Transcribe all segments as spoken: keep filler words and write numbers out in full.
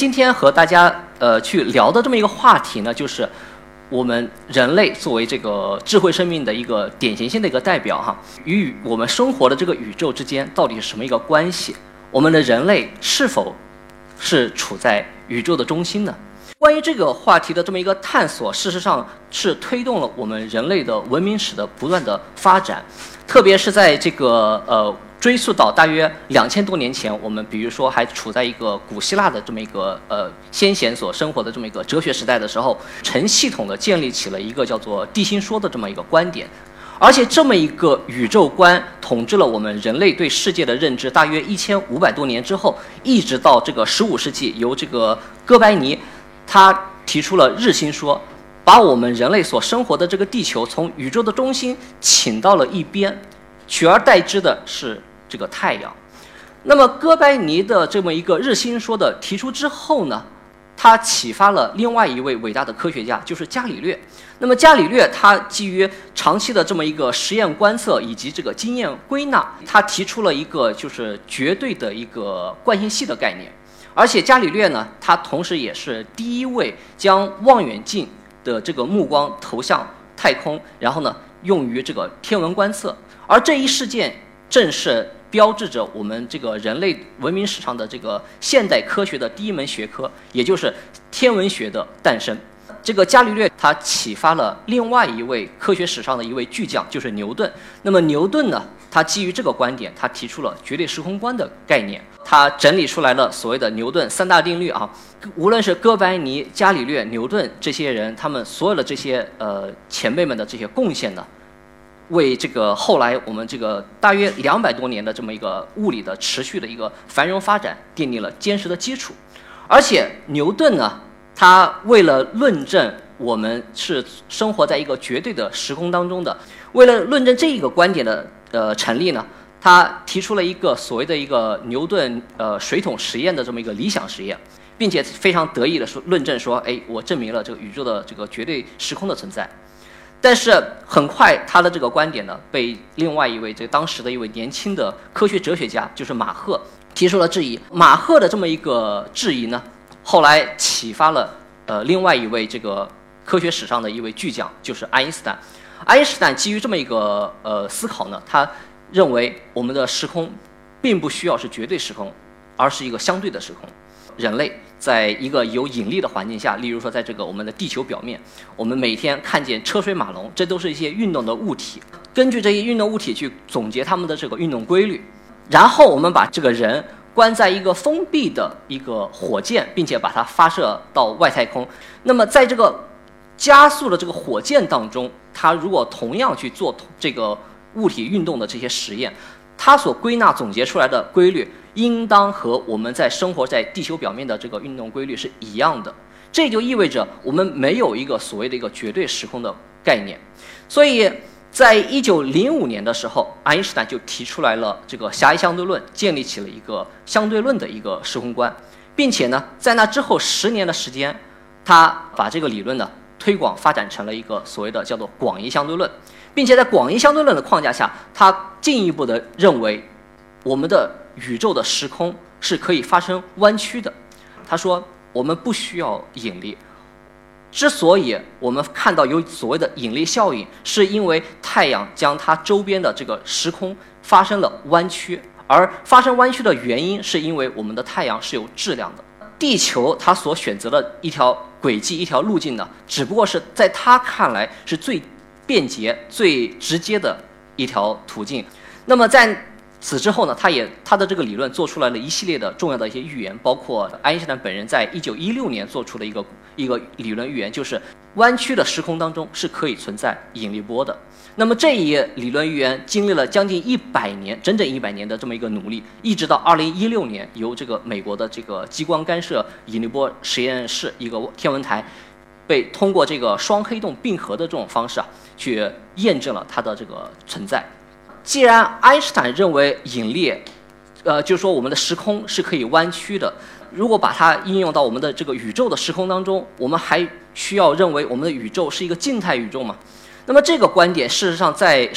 今天和大家呃去聊的这么一个话题呢，就是我们人类作为这个智慧生命的一个典型性的一个代表哈，与我们生活的这个宇宙之间到底是什么一个关系？我们的人类是否是处在宇宙的中心呢？关于这个话题的这么一个探索，事实上是推动了我们人类的文明史的不断的发展，特别是在这个呃追溯到大约两千多年前，我们比如说还处在一个古希腊的这么一个呃先贤所生活的这么一个哲学时代的时候，成系统的建立起了一个叫做地心说的这么一个观点。而且这么一个宇宙观统治了我们人类对世界的认知，大约一千五百多年之后，一直到这个十五世纪，由这个哥白尼他提出了日心说，把我们人类所生活的这个地球从宇宙的中心请到了一边，取而代之的是这个太阳。那么哥白尼的这么一个日心说的提出之后呢，他启发了另外一位伟大的科学家，就是伽利略。那么伽利略他基于长期的这么一个实验观测以及这个经验归纳，他提出了一个就是绝对的一个惯性系的概念。而且伽利略呢，他同时也是第一位将望远镜的这个目光投向太空，然后呢用于这个天文观测。而这一事件正是标志着我们这个人类文明史上的这个现代科学的第一门学科，也就是天文学的诞生。这个伽利略他启发了另外一位科学史上的一位巨匠，就是牛顿。那么牛顿呢，他基于这个观点，他提出了绝对时空观的概念，他整理出来了所谓的牛顿三大定律啊。无论是哥白尼、伽利略、牛顿这些人，他们所有的这些呃前辈们的这些贡献呢，为这个后来我们这个大约两百多年的这么一个物理的持续的一个繁荣发展奠定了坚实的基础。而且牛顿呢，他为了论证我们是生活在一个绝对的时空当中的，为了论证这一个观点的呃成立呢，他提出了一个所谓的一个牛顿呃水桶实验的这么一个理想实验，并且非常得意的说论证说，哎，我证明了这个宇宙的这个绝对时空的存在。但是很快他的这个观点呢，被另外一位这当时的一位年轻的科学哲学家，就是马赫提出了质疑。马赫的这么一个质疑呢，后来启发了呃另外一位这个科学史上的一位巨匠，就是爱因斯坦。爱因斯坦基于这么一个呃思考呢，他认为我们的时空并不需要是绝对时空，而是一个相对的时空。人类在一个有引力的环境下，例如说在这个我们的地球表面，我们每天看见车水马龙，这都是一些运动的物体。根据这些运动物体去总结它们的这个运动规律，然后我们把这个人关在一个封闭的一个火箭，并且把它发射到外太空。那么在这个加速的这个火箭当中，它如果同样去做这个物体运动的这些实验，它所归纳总结出来的规律应当和我们在生活在地球表面的这个运动规律是一样的。这就意味着我们没有一个所谓的一个绝对时空的概念。所以在一九零五年的时候，爱因斯坦就提出来了这个狭义相对论，建立起了一个相对论的一个时空观，并且呢，在那之后十年的时间，他把这个理论呢推广发展成了一个所谓的叫做广义相对论，并且在广义相对论的框架下，他进一步的认为我们的宇宙的时空是可以发生弯曲的。他说我们不需要引力，之所以我们看到有所谓的引力效应，是因为太阳将它周边的这个时空发生了弯曲，而发生弯曲的原因是因为我们的太阳是有质量的，地球它所选择的一条轨迹一条路径呢，只不过是在它看来是最便捷最直接的一条途径。那么在此之后呢，他也他的这个理论做出来了一系列的重要的一些预言，包括爱因斯坦本人在一九一六年做出的一个一个理论预言，就是弯曲的时空当中是可以存在引力波的。那么这一理论预言经历了将近一百年，整整一百年的这么一个努力，一直到二零一六年，由这个美国的这个激光干涉引力波实验室一个天文台，被通过这个双黑洞并合的这种方式啊，去验证了它的这个存在。既然爱因斯坦认为引力，呃，就是说我们的时空是可以弯曲的，如果把它应用到我们的这个宇宙的时空当中，我们还需要认为我们的宇宙是一个静态宇宙吗？那么这个观点事实上在是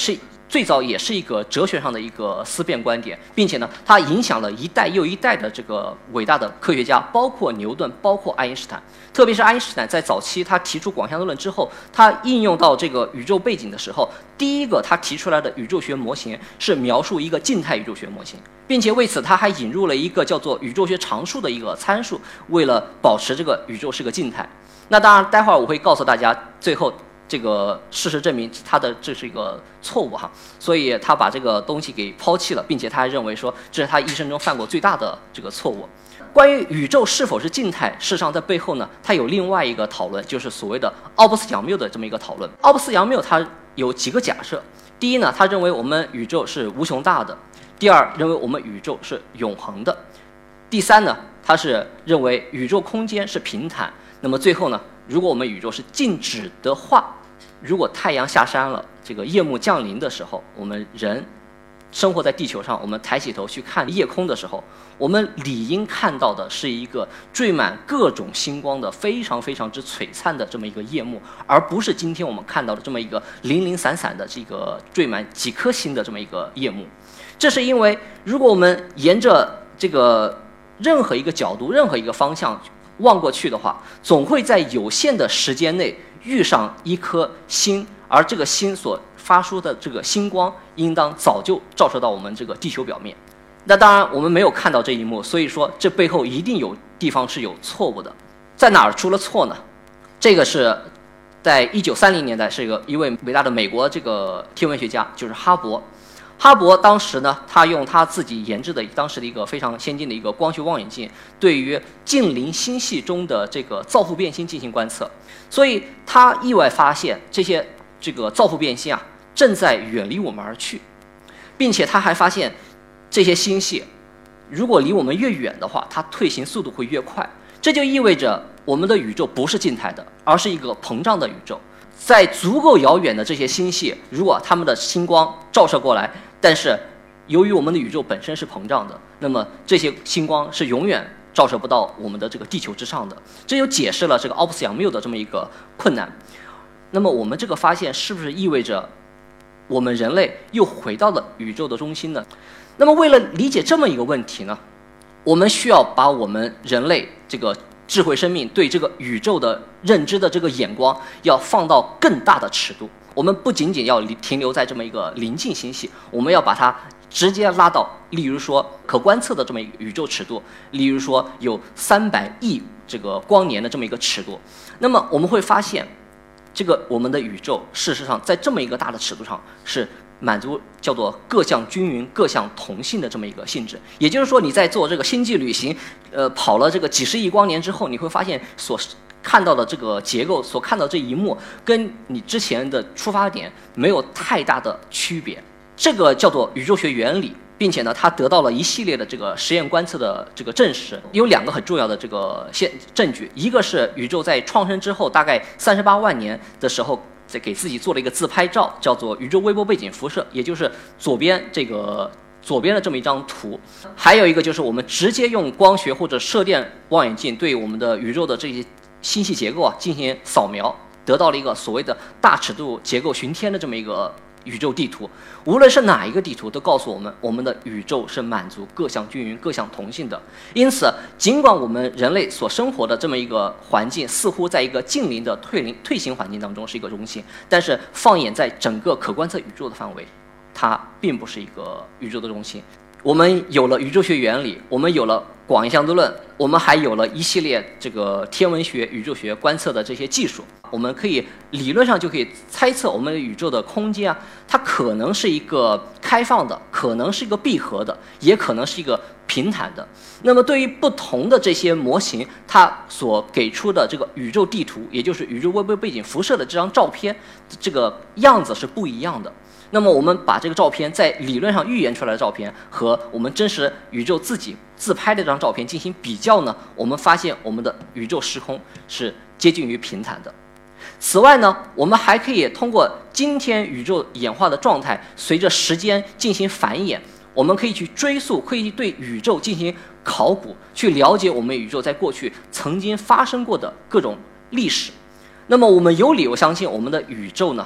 最早也是一个哲学上的一个思辨观点，并且呢，它影响了一代又一代的这个伟大的科学家，包括牛顿，包括爱因斯坦。特别是爱因斯坦在早期他提出广相对论之后，他应用到这个宇宙背景的时候，第一个他提出来的宇宙学模型是描述一个静态宇宙学模型，并且为此他还引入了一个叫做宇宙学常数的一个参数，为了保持这个宇宙是个静态。那当然，待会儿我会告诉大家，最后这个事实证明他的这是一个错误哈，所以他把这个东西给抛弃了，并且他还认为说这是他一生中犯过最大的这个错误。关于宇宙是否是静态，事实上在背后呢，它有另外一个讨论，就是所谓的奥布斯杨谬的这么一个讨论。奥布斯杨谬它有几个假设：第一呢，他认为我们宇宙是无穷大的；第二，认为我们宇宙是永恒的；第三呢，他是认为宇宙空间是平坦。那么最后呢，如果我们宇宙是静止的话，如果太阳下山了，这个夜幕降临的时候，我们人生活在地球上，我们抬起头去看夜空的时候，我们理应看到的是一个缀满各种星光的非常非常之璀璨的这么一个夜幕，而不是今天我们看到的这么一个零零散散的这个缀满几颗星的这么一个夜幕。这是因为，如果我们沿着这个任何一个角度、任何一个方向望过去的话，总会在有限的时间内遇上一颗星，而这个星所发出的这个星光，应当早就照射到我们这个地球表面。那当然，我们没有看到这一幕，所以说这背后一定有地方是有错误的。在哪儿出了错呢？这个是在一九三零年代，是一个一位伟大的美国这个天文学家，就是哈勃。哈勃当时呢，他用他自己研制的当时的一个非常先进的一个光学望远镜，对于近邻星系中的这个造父变星进行观测，所以他意外发现这些这个造父变星啊正在远离我们而去，并且他还发现这些星系如果离我们越远的话，它退行速度会越快。这就意味着我们的宇宙不是静态的，而是一个膨胀的宇宙。在足够遥远的这些星系，如果它们的星光照射过来，但是由于我们的宇宙本身是膨胀的，那么这些星光是永远照射不到我们的这个地球之上的。这就解释了这个奥布斯杨谬的这么一个困难。那么我们这个发现是不是意味着我们人类又回到了宇宙的中心呢？那么为了理解这么一个问题呢，我们需要把我们人类这个智慧生命对这个宇宙的认知的这个眼光要放到更大的尺度。我们不仅仅要停留在这么一个临近星系，我们要把它直接拉到，例如说可观测的这么一个宇宙尺度，例如说有三百亿这个光年的这么一个尺度。那么我们会发现，这个我们的宇宙事实上在这么一个大的尺度上是满足叫做各项均匀、各项同性的这么一个性质。也就是说，你在做这个星际旅行，呃，跑了这个几十亿光年之后，你会发现所看到的这个结构，所看到这一幕，跟你之前的出发点没有太大的区别。这个叫做宇宙学原理，并且呢，它得到了一系列的这个实验观测的这个证实。有两个很重要的这个现证据，一个是宇宙在创生之后大概三十八万年的时候，在给自己做了一个自拍照，叫做宇宙微波背景辐射，也就是左边这个左边的这么一张图。还有一个就是我们直接用光学或者射电望远镜对我们的宇宙的这些星系结构啊进行扫描，得到了一个所谓的大尺度结构巡天的这么一个宇宙地图。无论是哪一个地图，都告诉我们，我们的宇宙是满足各项均匀、各项同性的。因此，尽管我们人类所生活的这么一个环境似乎在一个近邻的退零退行环境当中是一个中心，但是放眼在整个可观测宇宙的范围，它并不是一个宇宙的中心。我们有了宇宙学原理，我们有了广义相对论，我们还有了一系列这个天文学、宇宙学观测的这些技术，我们可以理论上就可以猜测我们的宇宙的空间啊，它可能是一个开放的，可能是一个闭合的，也可能是一个平坦的。那么对于不同的这些模型，它所给出的这个宇宙地图，也就是宇宙微波背景辐射的这张照片，这个样子是不一样的。那么我们把这个照片在理论上预言出来的照片和我们真实宇宙自己自拍的这张照片进行比较呢，我们发现我们的宇宙时空是接近于平坦的。此外呢，我们还可以通过今天宇宙演化的状态，随着时间进行繁衍，我们可以去追溯，可以对宇宙进行考古，去了解我们宇宙在过去曾经发生过的各种历史。那么我们有理由相信，我们的宇宙呢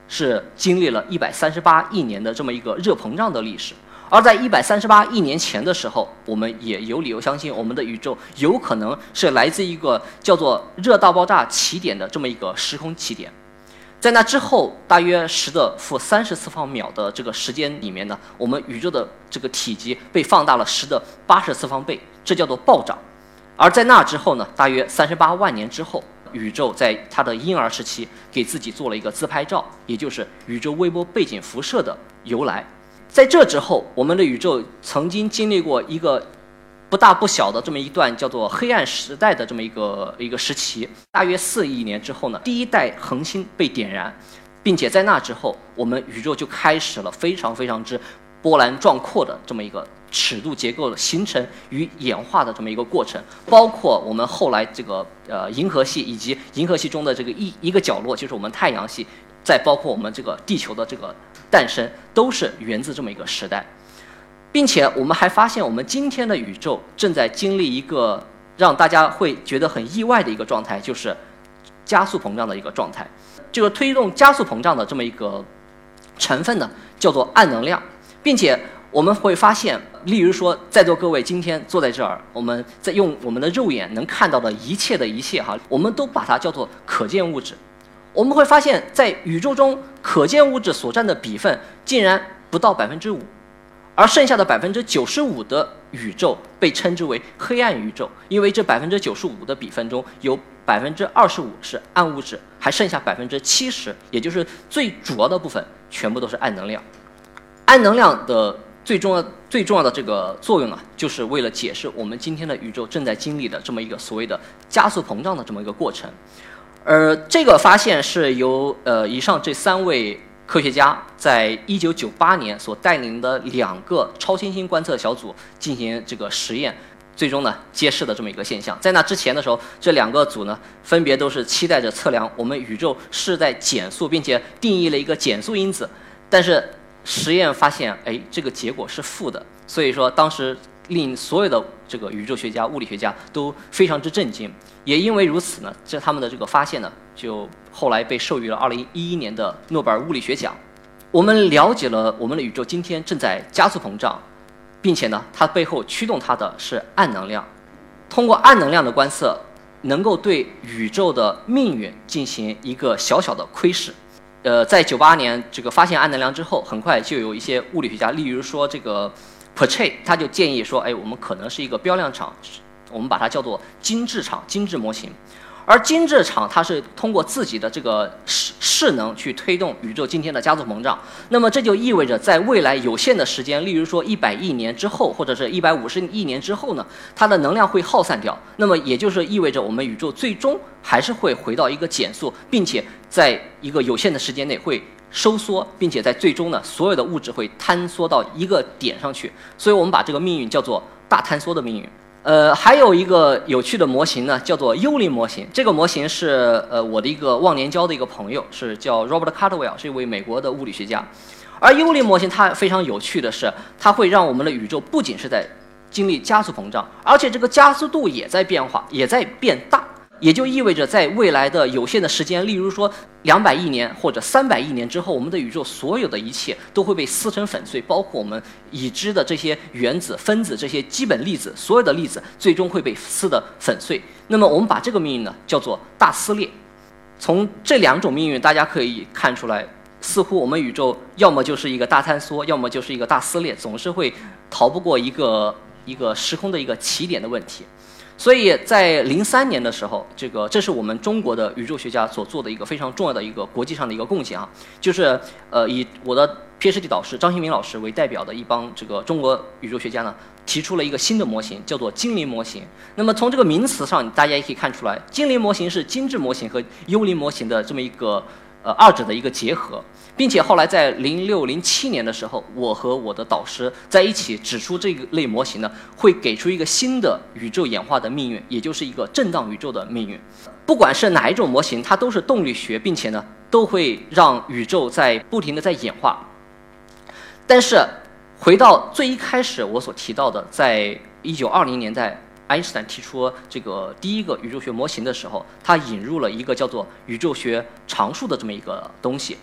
是经历了一百三十八亿年的这么一个热膨胀的历史。而在一百三十八亿年前的时候，我们也有理由相信，我们的宇宙有可能是来自一个叫做热大爆炸起点的这么一个时空起点。在那之后，大约十的负三十次方秒的这个时间里面呢，我们宇宙的这个体积被放大了十的八十次方倍，这叫做暴涨。而在那之后呢，大约三十八万年之后，宇宙在它的婴儿时期给自己做了一个自拍照，也就是宇宙微波背景辐射的由来。在这之后，我们的宇宙曾经经历过一个不大不小的这么一段叫做黑暗时代的这么一个一个时期。大约四亿年之后呢，第一代恒星被点燃，并且在那之后，我们宇宙就开始了非常非常之波澜壮阔的这么一个尺度结构的形成与演化的这么一个过程，包括我们后来这个呃银河系以及银河系中的这个一一个角落，就是我们太阳系，再包括我们这个地球的这个诞生，都是源自这么一个时代。并且我们还发现，我们今天的宇宙正在经历一个让大家会觉得很意外的一个状态，就是加速膨胀的一个状态。这个推动加速膨胀的这么一个成分呢，叫做暗能量。并且我们会发现，例如说，在座各位今天坐在这儿，我们在用我们的肉眼能看到的一切的一切哈，我们都把它叫做可见物质。我们会发现，在宇宙中可见物质所占的比分竟然不到百分之五，而剩下的百分之九十五的宇宙被称之为黑暗宇宙，因为这百分之九十五的比分中有百分之二十五是暗物质，还剩下百分之七十，也就是最主要的部分全部都是暗能量。暗能量的最重要最重要的这个作用呢，就是为了解释我们今天的宇宙正在经历的这么一个所谓的加速膨胀的这么一个过程。而这个发现是由呃以上这三位科学家在一九九八年所带领的两个超新星观测小组进行这个实验，最终呢揭示的这么一个现象。在那之前的时候，这两个组呢分别都是期待着测量我们宇宙是在减速，并且定义了一个减速因子，但是实验发现，哎，这个结果是负的。所以说当时令所有的这个宇宙学家、物理学家都非常之震惊。也因为如此呢，这他们的这个发现呢，就后来被授予了二零一一年的诺贝尔物理学奖。我们了解了我们的宇宙今天正在加速膨胀，并且呢，它背后驱动它的是暗能量。通过暗能量的观测，能够对宇宙的命运进行一个小小的窥视。呃，在九八年这个发现暗能量之后，很快就有一些物理学家，例如说这个 Porcher， 他就建议说，哎，我们可能是一个标量场。我们把它叫做精致场、精致模型。而精致场它是通过自己的这个势势能去推动宇宙今天的加速膨胀。那么这就意味着，在未来有限的时间，例如说一百亿年之后，或者是一百五十亿年之后呢，它的能量会耗散掉。那么也就是意味着，我们宇宙最终还是会回到一个减速，并且在一个有限的时间内会收缩，并且在最终呢，所有的物质会坍缩到一个点上去。所以我们把这个命运叫做大坍缩的命运。呃，还有一个有趣的模型呢，叫做幽灵模型。这个模型是呃我的一个忘年交的一个朋友，是叫 Robert Caldwell， 是一位美国的物理学家。而幽灵模型它非常有趣的是，它会让我们的宇宙不仅是在经历加速膨胀，而且这个加速度也在变化，也在变大。也就意味着，在未来的有限的时间，例如说两百亿年或者三百亿年之后，我们的宇宙所有的一切都会被撕成粉碎，包括我们已知的这些原子、分子、这些基本粒子，所有的粒子最终会被撕得粉碎。那么，我们把这个命运呢叫做大撕裂。从这两种命运，大家可以看出来，似乎我们宇宙要么就是一个大坍缩，要么就是一个大撕裂，总是会逃不过一个一个时空的一个起点的问题。所以在零三年的时候，这个这是我们中国的宇宙学家所做的一个非常重要的一个国际上的一个贡献啊，就是呃以我的 PhD 导师张新民老师为代表的一帮这个中国宇宙学家呢，提出了一个新的模型，叫做精灵模型。那么从这个名词上，大家也可以看出来，精灵模型是精致模型和幽灵模型的这么一个呃二者的一个结合。并且后来在零六零七年的时候，我和我的导师在一起指出，这个类模型呢会给出一个新的宇宙演化的命运，也就是一个震荡宇宙的命运。不管是哪一种模型，它都是动力学，并且呢都会让宇宙在不停的在演化。但是回到最一开始我所提到的，在一九二零年代爱因斯坦提出这个第一个宇宙学模型的时候，他引入了一个叫做宇宙学常数的这么一个东西。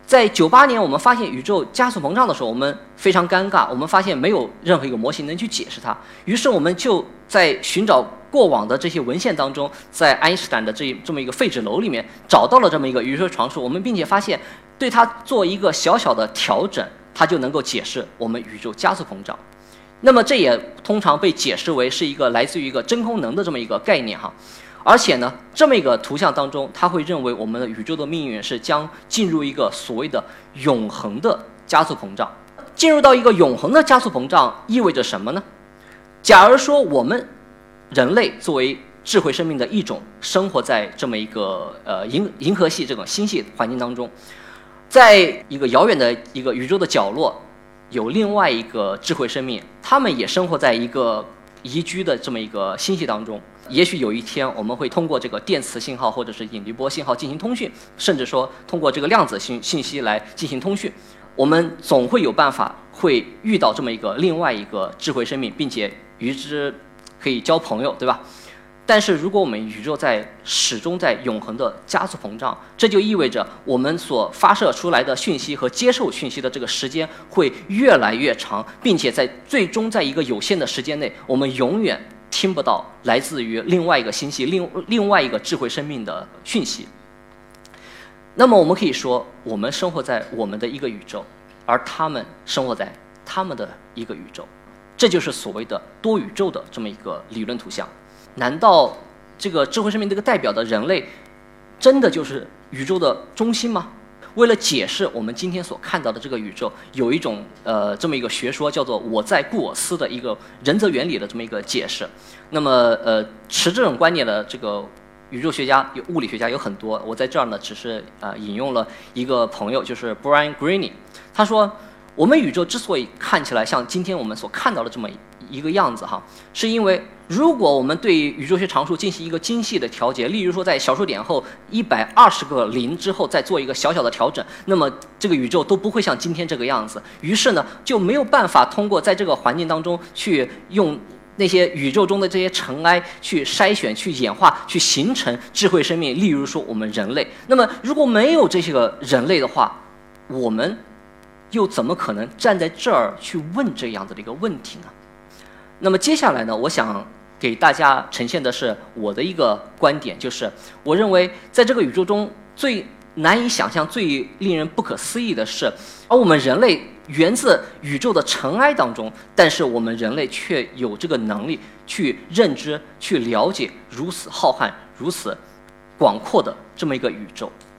在九八年我们发现宇宙加速膨胀的时候，我们非常尴尬，我们发现没有任何一个模型能去解释它，于是我们就在寻找过往的这些文献当中，在爱因斯坦的这这么一个废纸篓里面找到了这么一个宇宙常数，我们并且发现对它做一个小小的调整，它就能够解释我们宇宙加速膨胀。那么这也通常被解释为是一个来自于一个真空能的这么一个概念哈。而且呢，这么一个图像当中，它会认为我们的宇宙的命运是将进入一个所谓的永恒的加速膨胀。进入到一个永恒的加速膨胀意味着什么呢？假如说我们人类作为智慧生命的一种，生活在这么一个呃银银河系这种星系环境当中，在一个遥远的一个宇宙的角落，有另外一个智慧生命，他们也生活在一个宜居的这么一个星系当中。也许有一天我们会通过这个电磁信号或者是引力波信号进行通讯，甚至说通过这个量子信信息来进行通讯，我们总会有办法会遇到这么一个另外一个智慧生命，并且与之可以交朋友，对吧？但是如果我们宇宙在始终在永恒的加速膨胀，这就意味着我们所发射出来的讯息和接受讯息的这个时间会越来越长，并且在最终在一个有限的时间内，我们永远听不到来自于另外一个星系、另另外一个智慧生命的讯息。那么我们可以说，我们生活在我们的一个宇宙，而他们生活在他们的一个宇宙，这就是所谓的多宇宙的这么一个理论图像。难道这个智慧生命这个代表的人类，真的就是宇宙的中心吗？为了解释我们今天所看到的这个宇宙，有一种呃这么一个学说，叫做“我在故我思”的一个人则原理的这么一个解释。那么呃持这种观念的这个宇宙学家、有物理学家有很多，我在这儿呢只是呃引用了一个朋友，就是 Brian Greene， 他说我们宇宙之所以看起来像今天我们所看到的这么一个样子哈，是因为如果我们对宇宙学常数进行一个精细的调节，例如说在小数点后一百二十个零之后再做一个小小的调整，那么这个宇宙都不会像今天这个样子。于是呢，就没有办法通过在这个环境当中去用那些宇宙中的这些尘埃去筛选、去演化、去形成智慧生命。例如说我们人类，那么如果没有这些个人类的话，我们又怎么可能站在这儿去问这样子的一个问题呢？那么接下来呢，我想给大家呈现的是我的一个观点，就是我认为在这个宇宙中最难以想象、最令人不可思议的是，而我们人类源自宇宙的尘埃当中，但是我们人类却有这个能力去认知、去了解如此浩瀚、如此广阔的这么一个宇宙。